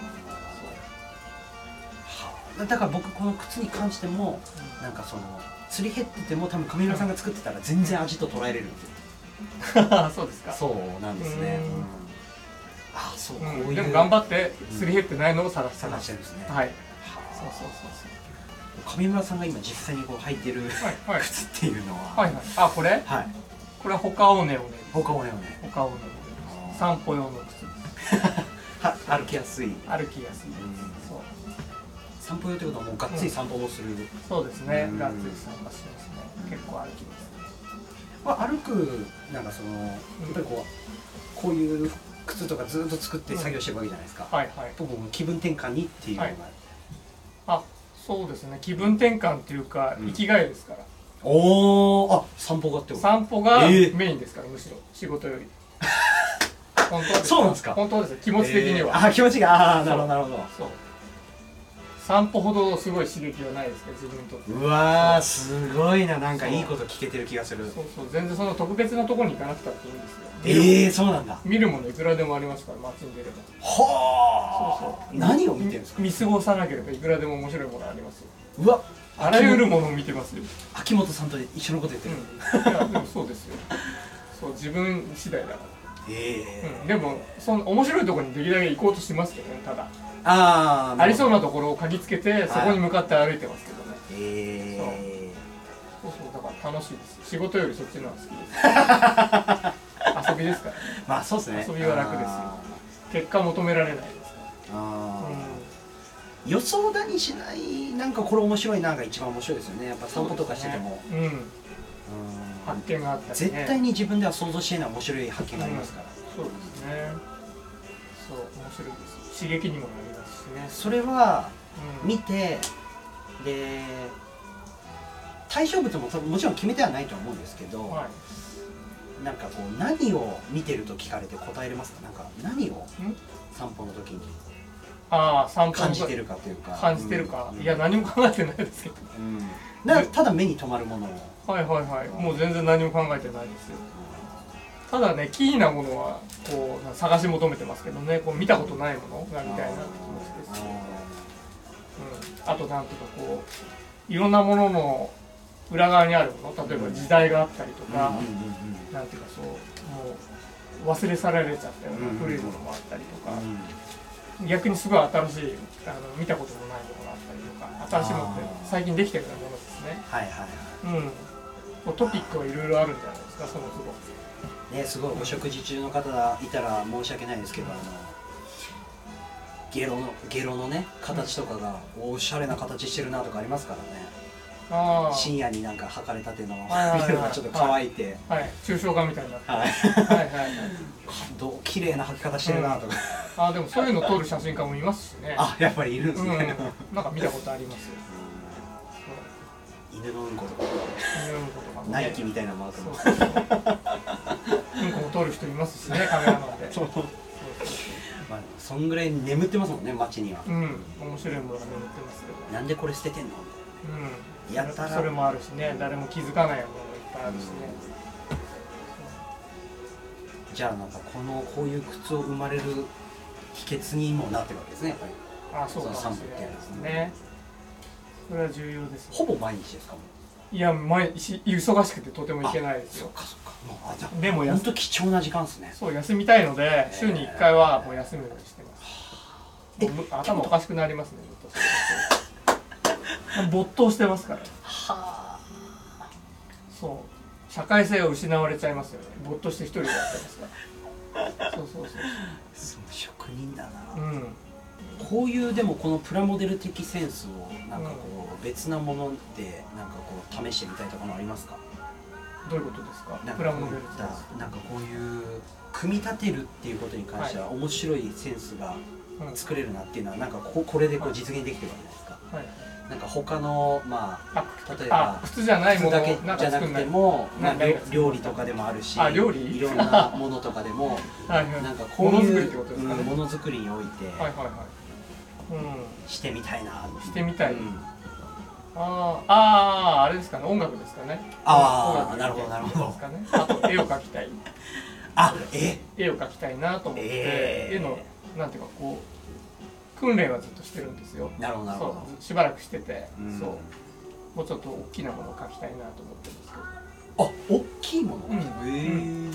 そう。だから僕この靴に関してもなんかそのすり減ってても多分上村さんが作ってたら全然味と捉えれるんですよ。 そうですか。 そうなんですね。あ、そう。こういう。 でも頑張ってすり減ってないのを探してるんですね。はい。そうそうそうそう。上村さんが今実際にこう履いてる靴っていうのは。 はいはい。あ、これ？はい。これはホカオネオネ。 ホカオネオネ。 ホカオネオネ。散歩用の靴。 歩きやすい。 歩きやすい。そう。 散歩用ってことはもうがっつり散歩もする。 そうですね。がっつり散歩しますね。結構歩きます。 歩くなんかそのやっぱりこういう靴とかずっと作って作業してるわけじゃないですか。はいはい。僕も気分転換にっていうのが。 あ、そうですね。気分転換っていうか生きがいですから。 おお、散歩がってこと？ 散歩がメインですから、むしろ仕事より。本当です。 そうなんですか。 本当です。気持ち的には。 あ、気持ちが、なるほどなるほど。 そう。散歩ほどすごい刺激はないですけど、自分にとって。 うわー、すごいな、なんかいいこと聞けてる気がする。 そうそう、全然その特別なところに行かなくたっていいんですよ。そうなんだ。 見るものいくらでもありますから、街に出れば。 はあ。そうそう。何を見てるんですか？ 見過ごさなければいくらでも面白いものありますよ。 うわ、 あらゆるものを見てますよ。 秋元さんと一緒のこと言ってる。 いや、でもそうですよ。そう、自分次第だから。でもその面白いところにできるだけ行こうとしますけどね。ただありそうなところを嗅ぎつけてそこに向かって歩いてますけどね。そうそう、だから楽しいです。仕事よりそっちの方が好きです。遊びですから。 まあそうですね。 遊びは楽ですよ。結果求められないですから。 予想だにしないなんかこれ面白いなが一番面白いですよね。やっぱ散歩とかしてても発見があったり、 絶対に自分では想像しえない面白い発見がありますから。 そうですね。そう、面白いです。刺激にもなりますしね。 それは見てで対象物ももちろん決めてはないとは思うんですけど、なんかこう何を見てると聞かれて答えれますか？なんか何を散歩の時に感じてるかというか。 感じてるか、いや何も考えてないですけど、 ただ目に留まるものを。 はいはいはい、もう全然何も考えてないですよ。ただね、キーなものはこう探し求めてますけどね、こう見たことないものがみたいな気持ちです。あとなんていうかこういろんなものの裏側にあるもの、例えば時代があったりとか、なんていうかそうもう忘れ去られちゃったような古いものもあったりとか、逆にすごい新しい見たこともないものがあったりとか、新しいものって最近できてるようなものですね。はいはいはい。トピックはいろいろあるんじゃないですか、その都度。ね、すごいお食事中の方がいたら申し訳ないですけど、ゲロのね形とかがおしゃれな形してるなとかありますからね。深夜になんか履かれたてのゲロがちょっと乾いて、 抽象画みたいになって、 綺麗な履き方してるなとか。 でもそういうの撮る写真家もいますしね。 やっぱりいるんですね。 なんか見たことありますよ。 犬のうんことか、ナイキみたいなマークもうんこも撮る人いますしね、カメラマンで。 そんぐらい眠ってますもんね、街には。 面白いものが眠ってますけど。 なんでこれ捨ててんの？ やったらそれもあるしね、誰も気づかないものがいっぱいあるしね。 じゃあなんかこういう靴を生まれる秘訣にもなってるわけですね、やっぱり。 そうかもしれないですね。それは重要です。 ほぼ毎日ですか？ いや、忙しくてとても行けないですよ。 そっかそっか。 でも本当貴重な時間ですね。 そう、休みたいので週に1回はもう休むようにしてます。頭おかしくなりますね、没頭してますから。そう、社会性を失われちゃいますよね。没頭して一人でやってますから。そう。 職人だな。 こういうでもこのプラモデル的センスをなんかこう別なものでなんかこう試してみたいとかもありますか？ どういうことですか？ プラモデルってなんかこういう組み立てるっていうことに関しては面白いセンスが作れるなっていうのはなんかこれでこう実現できてるわけじゃないですか。はい、なんか他のまあ例えば靴じゃないものだけじゃなくても料理とかでもあるし、いろんなものとかでもなんかこういうものづくりにおいてしてみたいな。 してみたい。あれですかね、音楽ですかね。 ああ、なるほどなるほど。 あと絵を描きたい。絵を描きたいなと思って絵のなんていうかこう訓練はずっとしてるんですよ。 なるほどなるほど。 しばらくしてて、そうもうちょっと大きなものを描きたいなと思ってるんですけど。 あ、大きいもの？ 大きいやつ描きたいです。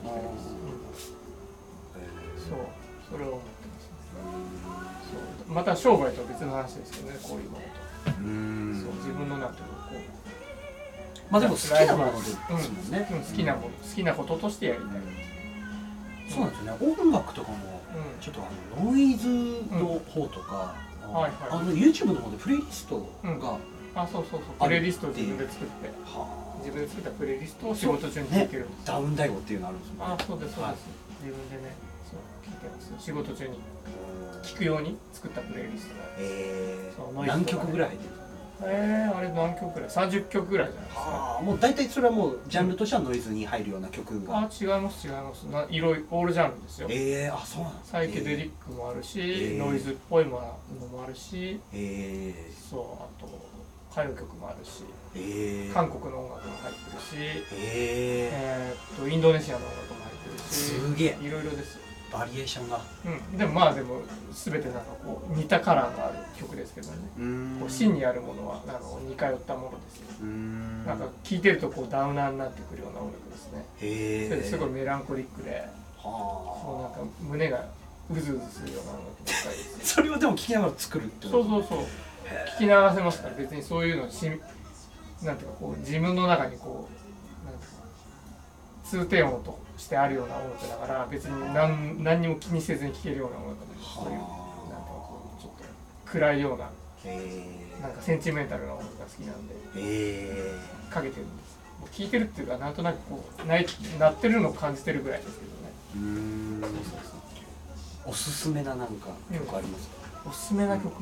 そう、それを思ってます。そう、また商売とは別の話ですけどね、こういうものと。そう自分のなんていうのこうまあでも好きなものですもんね。 好きなこととしてやりたい。 そうなんですよね。音楽とかもちょっとノイズの方とかYouTube の方でプレイリストがそうプレイリストを自分で作ってったプレイリストを仕事中に聴ける。 ダウン大悟っていうのあるんですよね。 そうです。自分でね聴いてます。仕事中に聴くように作ったプレイリストが何曲ぐらい入ってるんですか？あれ何曲ぐらい？30曲ぐらいじゃないですか。 もう大体それはもうジャンルとしてはノイズに入るような曲が。 違います。色々オールジャンルですよ。 そうなんです。 サイケデリックもあるし、ノイズっぽいものもあるし、そうあと歌謡曲もあるし、韓国の音楽も入ってるし、インドネシアの音楽も入ってるし、 すげえいろいろですよ。 バリエーションが。 でも全てなんかこう似たカラーがある曲ですけどね。こう芯にあるものは似通ったものですよ。なんか聴いてるとこうダウナーになってくるような音楽ですね。それですごいメランコリックで、もうなんか胸がうずうずするような音楽ばっかりです。 それをでも聴きながら作るってこと？ そう聴き流せますから。別にそういうのなんていうかこう自分の中にこうなんていうか通点音としてあるような音楽だから別に何にも気にせずに聴けるような音楽で、そういうなんかこうちょっと暗いようななんかセンチメンタルな音楽が好きなんでかけてるんです。聴いてるっていうかなんとなくこう鳴ってるのを感じてるぐらいですけどね。 おすすめななんか曲ありますか？ おすすめな曲？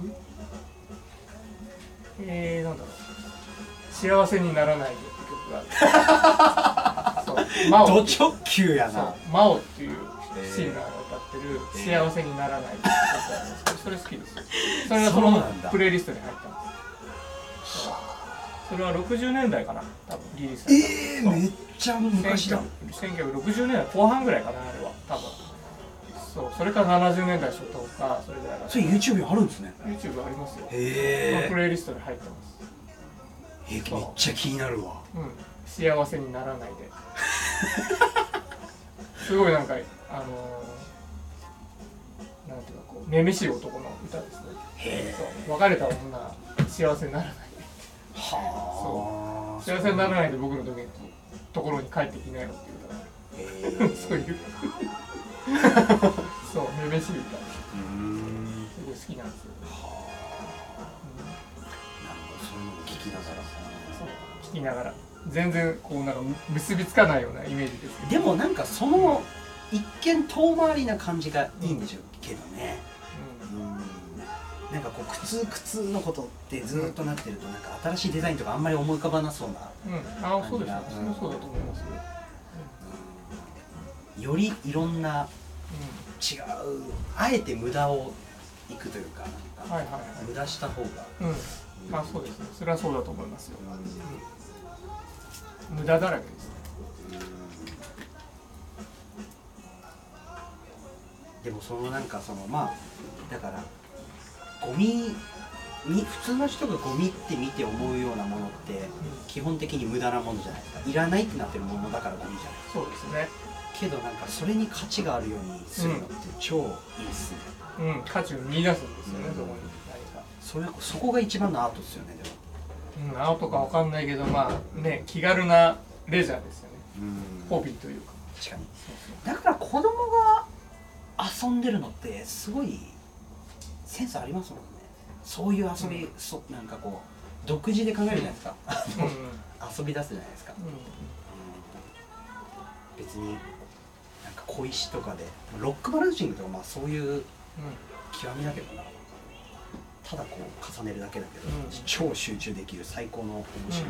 なんだろう、幸せにならないでって曲がある。 ド直球やな。 マオっていうシンガーが歌ってる幸せにならないって曲があるんですけど、それ好きです。それがそのプレイリストに入ってます。それは60年代かな、多分リリースされた。 めっちゃ昔だ。 1960年代後半ぐらいかな、あれは多分。それから70年代初頭か、それぐらい。 それ YouTube にあるんですね。 YouTube ありますよ。プレイリストに入ってます。 めっちゃ気になるわ。 幸せにならないで。すごいなんかなんていうかこうめめしい男の歌ですね。別れた女幸せにならないで。幸せにならないで僕のところに帰ってきなよっていう歌がそういうめめしい歌。すごい好きなんですよ。 そういうのを聞きながら。 聞きながら。全然こうなんか結びつかないようなイメージですけど。 でもなんかその一見遠回りな感じがいいんでしょうけどね。なんかこう靴のことってずっとなってるとなんか新しいデザインとかあんまり思い浮かばなそうな。 そうですね。そうだと思いますよ。 よりいろんな違うあえて無駄をいくというか無駄した方が。 そうですね。それはそうだと思いますよ。無駄だらけですね。 でもなんかだからゴミに普通の人がゴミって見て思うようなものって基本的に無駄なものじゃないですか。いらないってなってるものだからゴミじゃないですか。 そうですね。 けどなんかそれに価値があるようにするのって超いいっすね。 価値を見出すんですよね。 そこが一番のアートですよね。でもアートかわかんないけど気軽なレジャーですよね。ホビーというか。 確かに。だから子供が遊んでるのってすごいセンスありますもんね。そういう遊び、なんかこう独自で考えるじゃないですか、遊び出すじゃないですか、別になんか小石とかでロックバランシングとかまあそういう極みだけどな、ただこう重ねるだけだけど、超集中できる最高の面白い、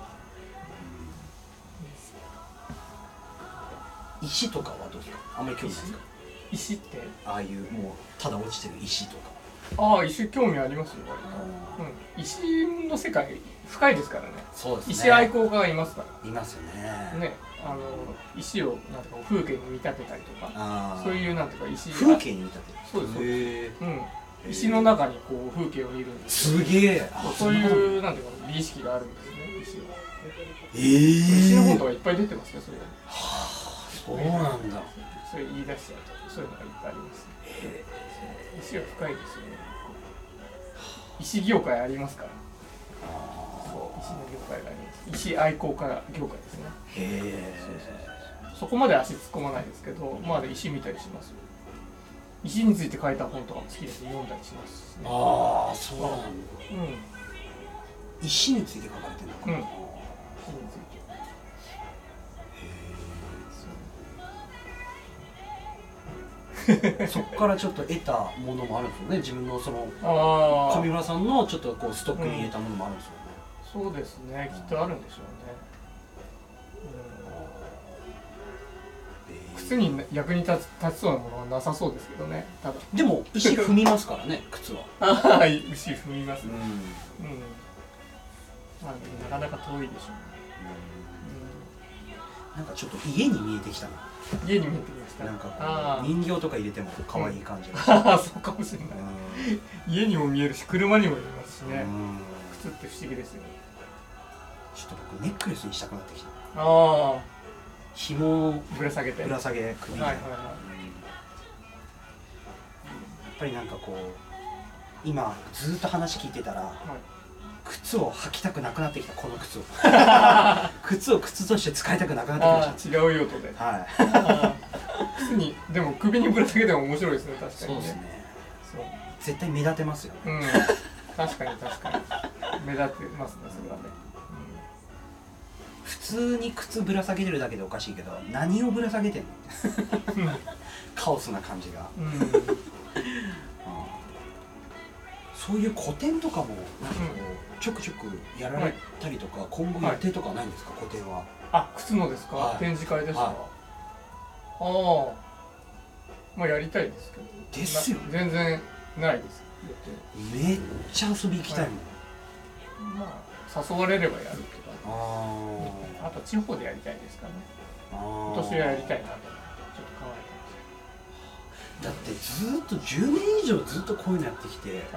石とかはどうですか？あんまり興味ないですか？ 石ってああいうもうただ落ちてる石とか。 ああ、石興味ありますよ、割と。石の世界深いですからね。 そうですね。 石愛好家がいますから。 いますよね。 ね、石をなんていうか風景に見立てたりとか、そういうなんていうか石風景に見立てる。 そうです。石の中にこう風景を見るんです。 すげえ。 そういうなんていうか美意識があるんですね、石は。石の本とかいっぱい出てますね、それ。 そうなんだ。 それ言い出しちゃうとそういうのがいっぱいあります。石は深いですよね。石業界ありますから。そう、石の業界があります。石愛好家業界ですね。 へえ。 そこまで足突っ込まないですけど、まあ石見たりしますよ。石について書いた本とかも好きです。読んだりしますね。 ああ、そうなんだ。石について書かれてるのかな。石について。そこからちょっと得たものもあるんですよね。自分のその上村さんのちょっとこうストックに入れたものもあるんですよね。 そうですね。きっとあるんでしょうね。靴に役に立つそうなものはなさそうですけどね。ただでも石踏みますからね、靴は。 ああ、石踏みますね。まあなかなか遠いでしょうね。 なんかちょっと家に見えてきたな。 家に見えてきました。 なんか人形とか入れても可愛い感じが。ああ、そうかもしれない。家にも見えるし、車にも見えますしね。靴って不思議ですよね。 ちょっと僕ネックレスにしたくなってきた。 ああ。 紐をぶら下げて。 ぶら下げ首に。やっぱりなんかこう今ずっと話聞いてたら。靴を履きたくなくなってきた、この靴を靴を靴として使いたくなくなってきました。 違う用途で。靴にでも首にぶら下げても面白いですね、確かにね。そうですね。絶対目立てますよね。 確かに目立ってますね、それはね。 普通に靴ぶら下げてるだけでおかしいけど、何をぶら下げてんのカオスな感じが。そういう個展とかもなんかこうちょくちょくやられたりとか、今後予定とかないんですか？個展は。 あ、靴のですか？展示会ですか？ああ、まあやりたいですけど。 ですよ。 全然ないです。 めっちゃ遊び行きたいもん。 まあ誘われればやるけど。あと地方でやりたいですかね。今年はやりたいなとちょっと考えて。 だってずっと10年以上ずっとこういうのやってきて、ね、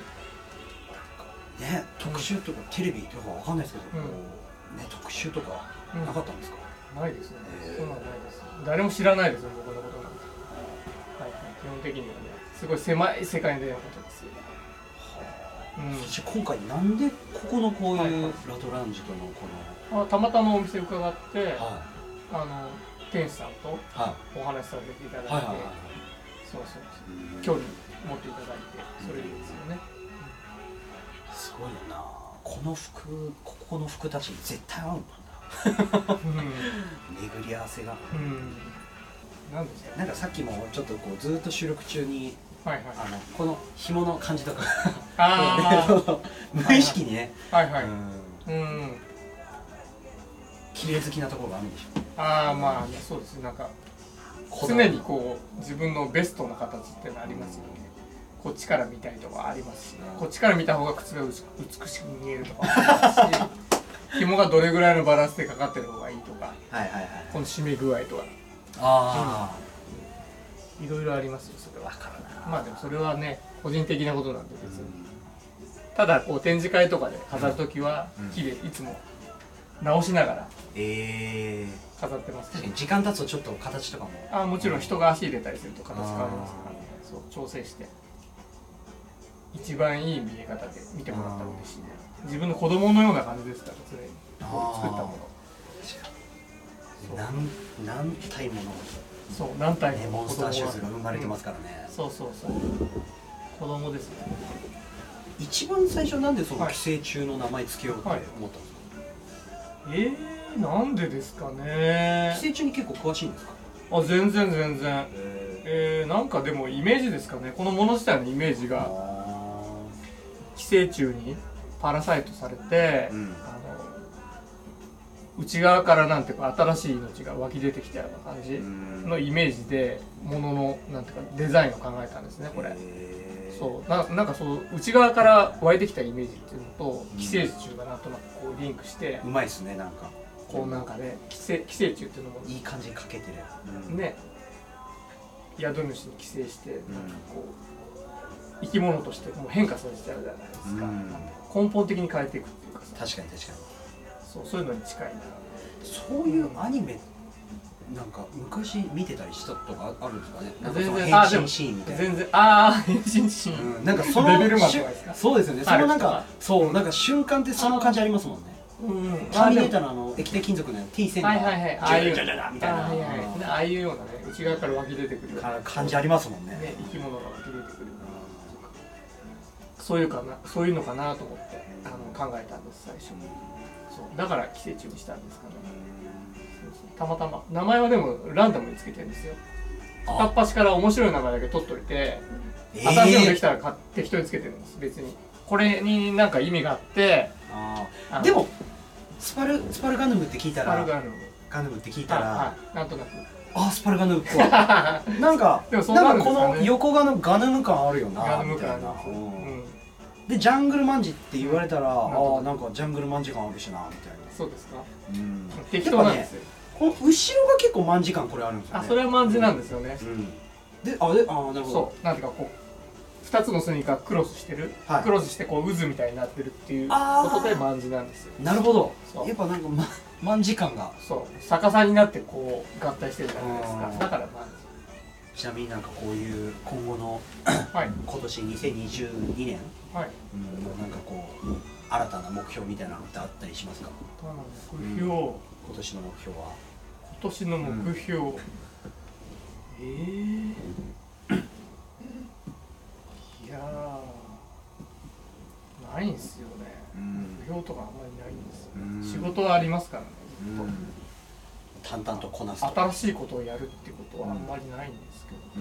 特集とかテレビとかわかんないですけど、ね、特集とかなかったんですか？ ないですね。そうなんないです。誰も知らないですよ、僕のことなんて。基本的にはね、すごい狭い世界でのことですよ。 そして今回なんでここのこういうラトランジとのこのたまたまお店伺って、店主さんとお話しさせていただいて、興味持っていただいて、それですよね。 すごいよな。ここの服たちに絶対合うんだ。巡り合わせが。なんかさっきもちょっとこうずっと収録中にこの紐の感じとか無意識にね、綺麗好きなところがあるんでしょう。 ああ、まあそうですね。なんか常にこう自分のベストな形ってのありますよね。こっちから見たいとかありますし、こっちから見た方が靴が美しく見えるとかありますし、紐がどれぐらいのバランスでかかってる方がいいとか、この締め具合とか、いろいろありますよ、それは。まあでもそれはね、個人的なことなんで別に。ただこう展示会とかで飾るときは綺麗、いつも直しながら飾ってますね。 時間経つとちょっと形とかも。 もちろん人が足入れたりすると形変わりますからね。そう調整して一番いい見え方で見てもらったら嬉しいね。自分の子供のような感じですから、常に作ったもの。 何体もの何体もモンスターシューズが生まれてますからね。 そう。 子供ですね。 一番最初なんでその寄生虫の名前つけようって思ったんですか？ なんでですかね。 寄生虫に結構詳しいんですか？ あ、全然全然。なんかでもイメージですかね。このもの自体のイメージが寄生虫にパラサイトされて、内側からなんていうか新しい命が湧き出てきたような感じのイメージでもののなんていうかデザインを考えたんですね、これ。そうなんかそう内側から湧いてきたイメージっていうのと寄生虫がなんとなくこうリンクしてうまいですね。なんかこうなんかね寄生虫っていうのもいい感じにかけてる、 ね、宿主に寄生してなんかこう生き物としてもう変化させちゃうじゃないですか、根本的に変えていくっていうかさ。 確かに確かにそういうのに近いな。 そういうアニメなんか昔見てたりしたとかあるんですかね。なんかその変身シーンみたいな。 全然変身シーン、 なんかそのレベルマンとかですか。 そうですよね。そのなんかそうなんか瞬間ってその感じありますもんね。ターミネーターの液体金属の T 線がああいうみたいなああいうようなね内側から湧き出てくる感じありますもんね。 生き物が湧き出てくる。そういうのかなと思って考えたんです最初に。そうだから寄生虫にしたんですかね。たまたま名前はでもランダムにつけてるんですよ。片っ端から面白い名前だけ取っといて、新しいのできたら適当につけてるんです。別にこれになんか意味があって。 でもスパルガヌムって聞いたらガヌムって聞いたらなんとなくスパルガヌムっぽいなんかこの横側のガヌム感あるよなみたいな。でジャングルマンジって言われたらなんかジャングルマンジ感あるしなみたいな。 そうですか。適当なんですよ。 この後ろが結構マンジ感これあるんですよね。 それはマンジなんですよね。 でなるほど。 そうなんていうかこう2つのスニーカークロスしてる、クロスしてこう渦みたいになってるっていうことでマンジなんですよ。 なるほど。やっぱなんかマンジ感が逆さになってこう合体してるじゃないですか。だからマンジ。 ちなみになんかこういう今後の今年2022年なんかこう新たな目標みたいなのってあったりしますか？ 目標、今年の目標は？ 今年の目標、いやないんすよね。目標とかあんまりないんですよ。仕事はありますからね。 淡々とこなす。 新しいことをやるっていうことはあんまりないんですけ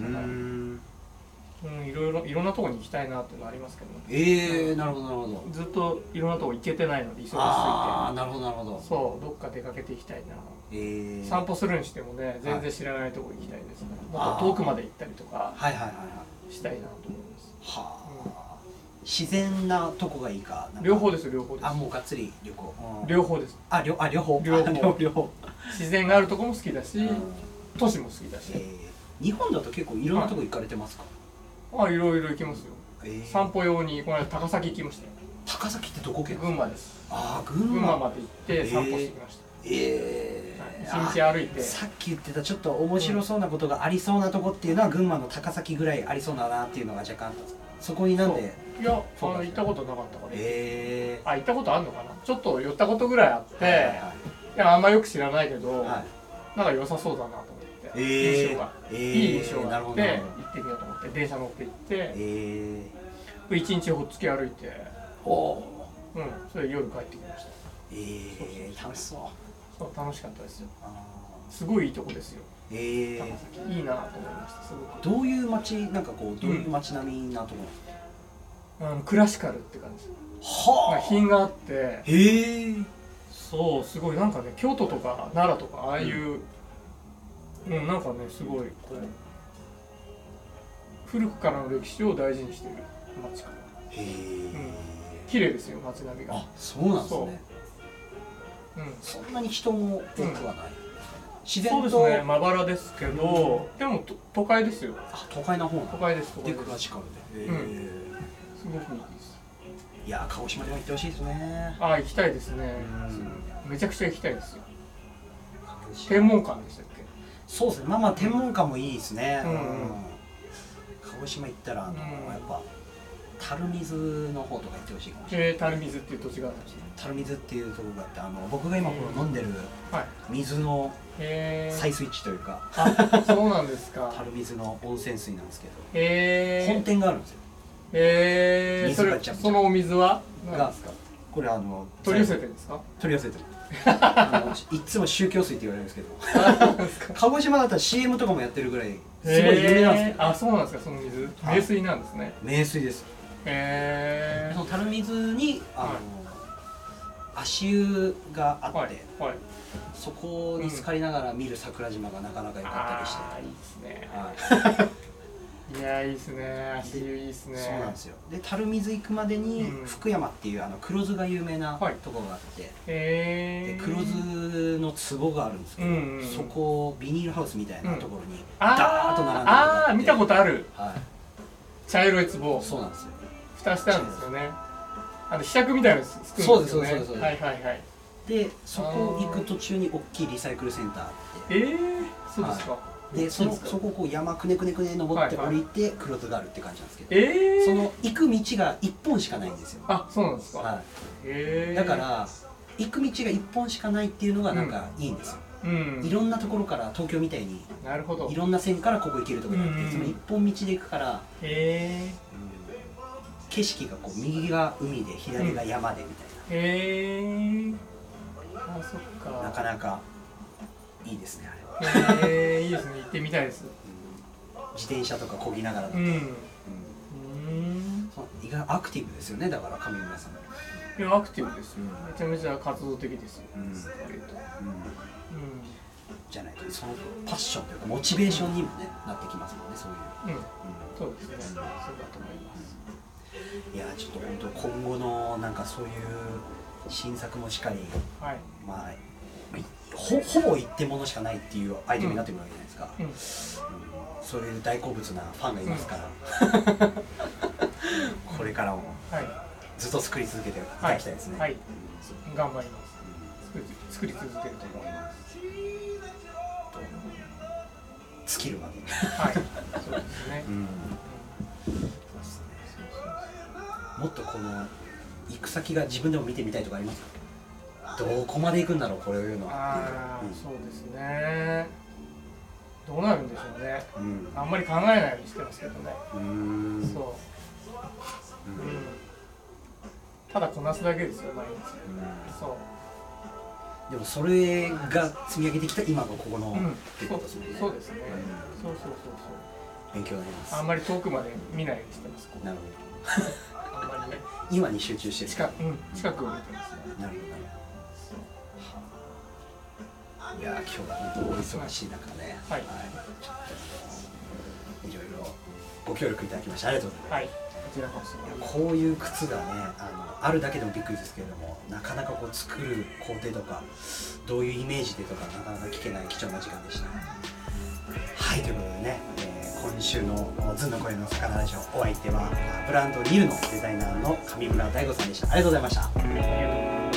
ど、いろんなところに行きたいなっていうのはありますけど。 なるほどなるほど。 ずっといろんなとこ行けてないので忙しすぎて。 なるほどなるほど。 そうどっか出かけていきたいな。散歩するにしてもね全然知らないとこ行きたいですから。もっと遠くまで行ったりとかしたいなと思います。 自然なとこがいいか。 両方です。両方です。 もうがっつり旅行。 両方です。 両方。 自然があるとこも好きだし、都市も好きだし。 日本だと結構いろんなとこ行かれてますか？ いろいろ行きますよ。散歩用にこの間高崎行きましたよ。 高崎ってどこ県？ 群馬です。 群馬まで行って散歩してきました。一日歩いて。 さっき言ってたちょっと面白そうなことがありそうなとこっていうのは群馬の高崎ぐらいありそうだなっていうのが若干そこになんで。 いや行ったことなかったから。行ったことあるのかな。ちょっと寄ったことぐらいあって、いやあんまよく知らないけど、なんか良さそうだなと思って、印象がいい印象があって行ってみようと思って電車乗って行って一日ほっつき歩いて、それ夜帰ってきました。 楽しそう。 楽しかったですよ。すごいいいとこですよ。高崎いいなと思いました。すごく。 どういう街なんかこうどういう街並みなところですか？ クラシカルって感じ。品があって。そうすごいなんかね京都とか奈良とかああいうなんかねすごいこう古くからの歴史を大事にしている街かな。綺麗ですよ街並みが。 そうなんですね。そんなに人も多くはない。自然と。 そうですねまばらですけどでも都会ですよ。 都会の方。 都会です。 でクラシカルで。 すごくいいです。 いや鹿児島にも行ってほしいですね。 行きたいですね。めちゃくちゃ行きたいですよ。天文館でしたっけ？ そうですね。天文館もいいですね。鹿児島行ったらやっぱ垂水の方とか行ってほしいかもしれない。 垂水っていう土地があるんですね。 垂水っていうところがあって僕が今この飲んでる水の採水池というか。 そうなんですか。 垂水の温泉水なんですけど本店があるんですよ。 水がジャブジャブ。 そのお水は何ですか？ これ取り寄せてるんですか？ 取り寄せてる。いつも宗教水って言われるんですけど、鹿児島だったら CM とかもやってるぐらいすごい有名なんですけど。 あ、そうなんですか。その水名水なんですね。 名水です。その樽水に足湯があって、そこに浸かりながら見る桜島がなかなか良かったりして。 いいですね。いや、いいですね。足湯いいですね。 そうなんですよ。で、樽水行くまでに福山っていう黒酢が有名なところがあって、で黒酢の壺があるんですけど、そこビニールハウスみたいなところにダーッと並んでる。 ああ、見たことある。茶色い壺。 そうなんですよ。 蓋してあるんですよね。ひしゃくみたいなの作るんですよね。そうです。はいはいはい。 で、そこ行く途中に大きいリサイクルセンターあって。 そうですか。 で、そこをこう山くねくねくね登って降りて黒酢があるって感じなんですけど、その行く道が一本しかないんですよ。 あ、そうなんですか。 だから行く道が一本しかないっていうのがなんかいいんですよ。いろんなところから東京みたいにいろんな線からここ行けるところがあって、その一本道で行くから、景色がこう右が海で左が山でみたいな。 あ、そっか。 なかなかいいですね、あれ。 いいですね。行ってみたいです。 自転車とか漕ぎながらだと。意外アクティブですよね。だから上村さん。 いや、アクティブですよ。めちゃめちゃ活動的ですよ。 じゃないとそのパッションというかモチベーションにもねなってきますもんね、そういう。 そうですね。そうだと思います。 いや、ちょっと本当今後のなんかそういう新作もしかり、まあほぼ一点物しかないっていうアイテムになってくるわけじゃないですか。そういう大好物なファンがいますから、これからもずっと作り続けていただきたいですね。 頑張ります。作り続けると思います。 尽きるまで。 そうですね。 もっとこの行く先が自分でも見てみたいとかありますか？どこまで行くんだろう、これを言うのは。 そうですね。どうなるんでしょうね。あんまり考えないようにしてますけどね。そう。ただこなすだけですよ、毎日。そう。 でもそれが積み上げてきた今のここのってことですもんね。 そうですね。そう。 勉強になります。 あんまり遠くまで見ないようにしてます。 なるほど。あんまりね。今に集中してる。近くを見てますね。なるほど。いや、今日は本当お忙しい中ね、いろいろご協力いただきましてありがとうございます。 こちらこそ。 こういう靴がね、あるだけでもびっくりですけれども、なかなかこう作る工程とかどういうイメージでとかなかなか聞けない貴重な時間でした。はい、ということでね、今週のずんの声の魚ラジオ、お相手はブランドニルのデザイナーの上村大吾さんでした。ありがとうございました。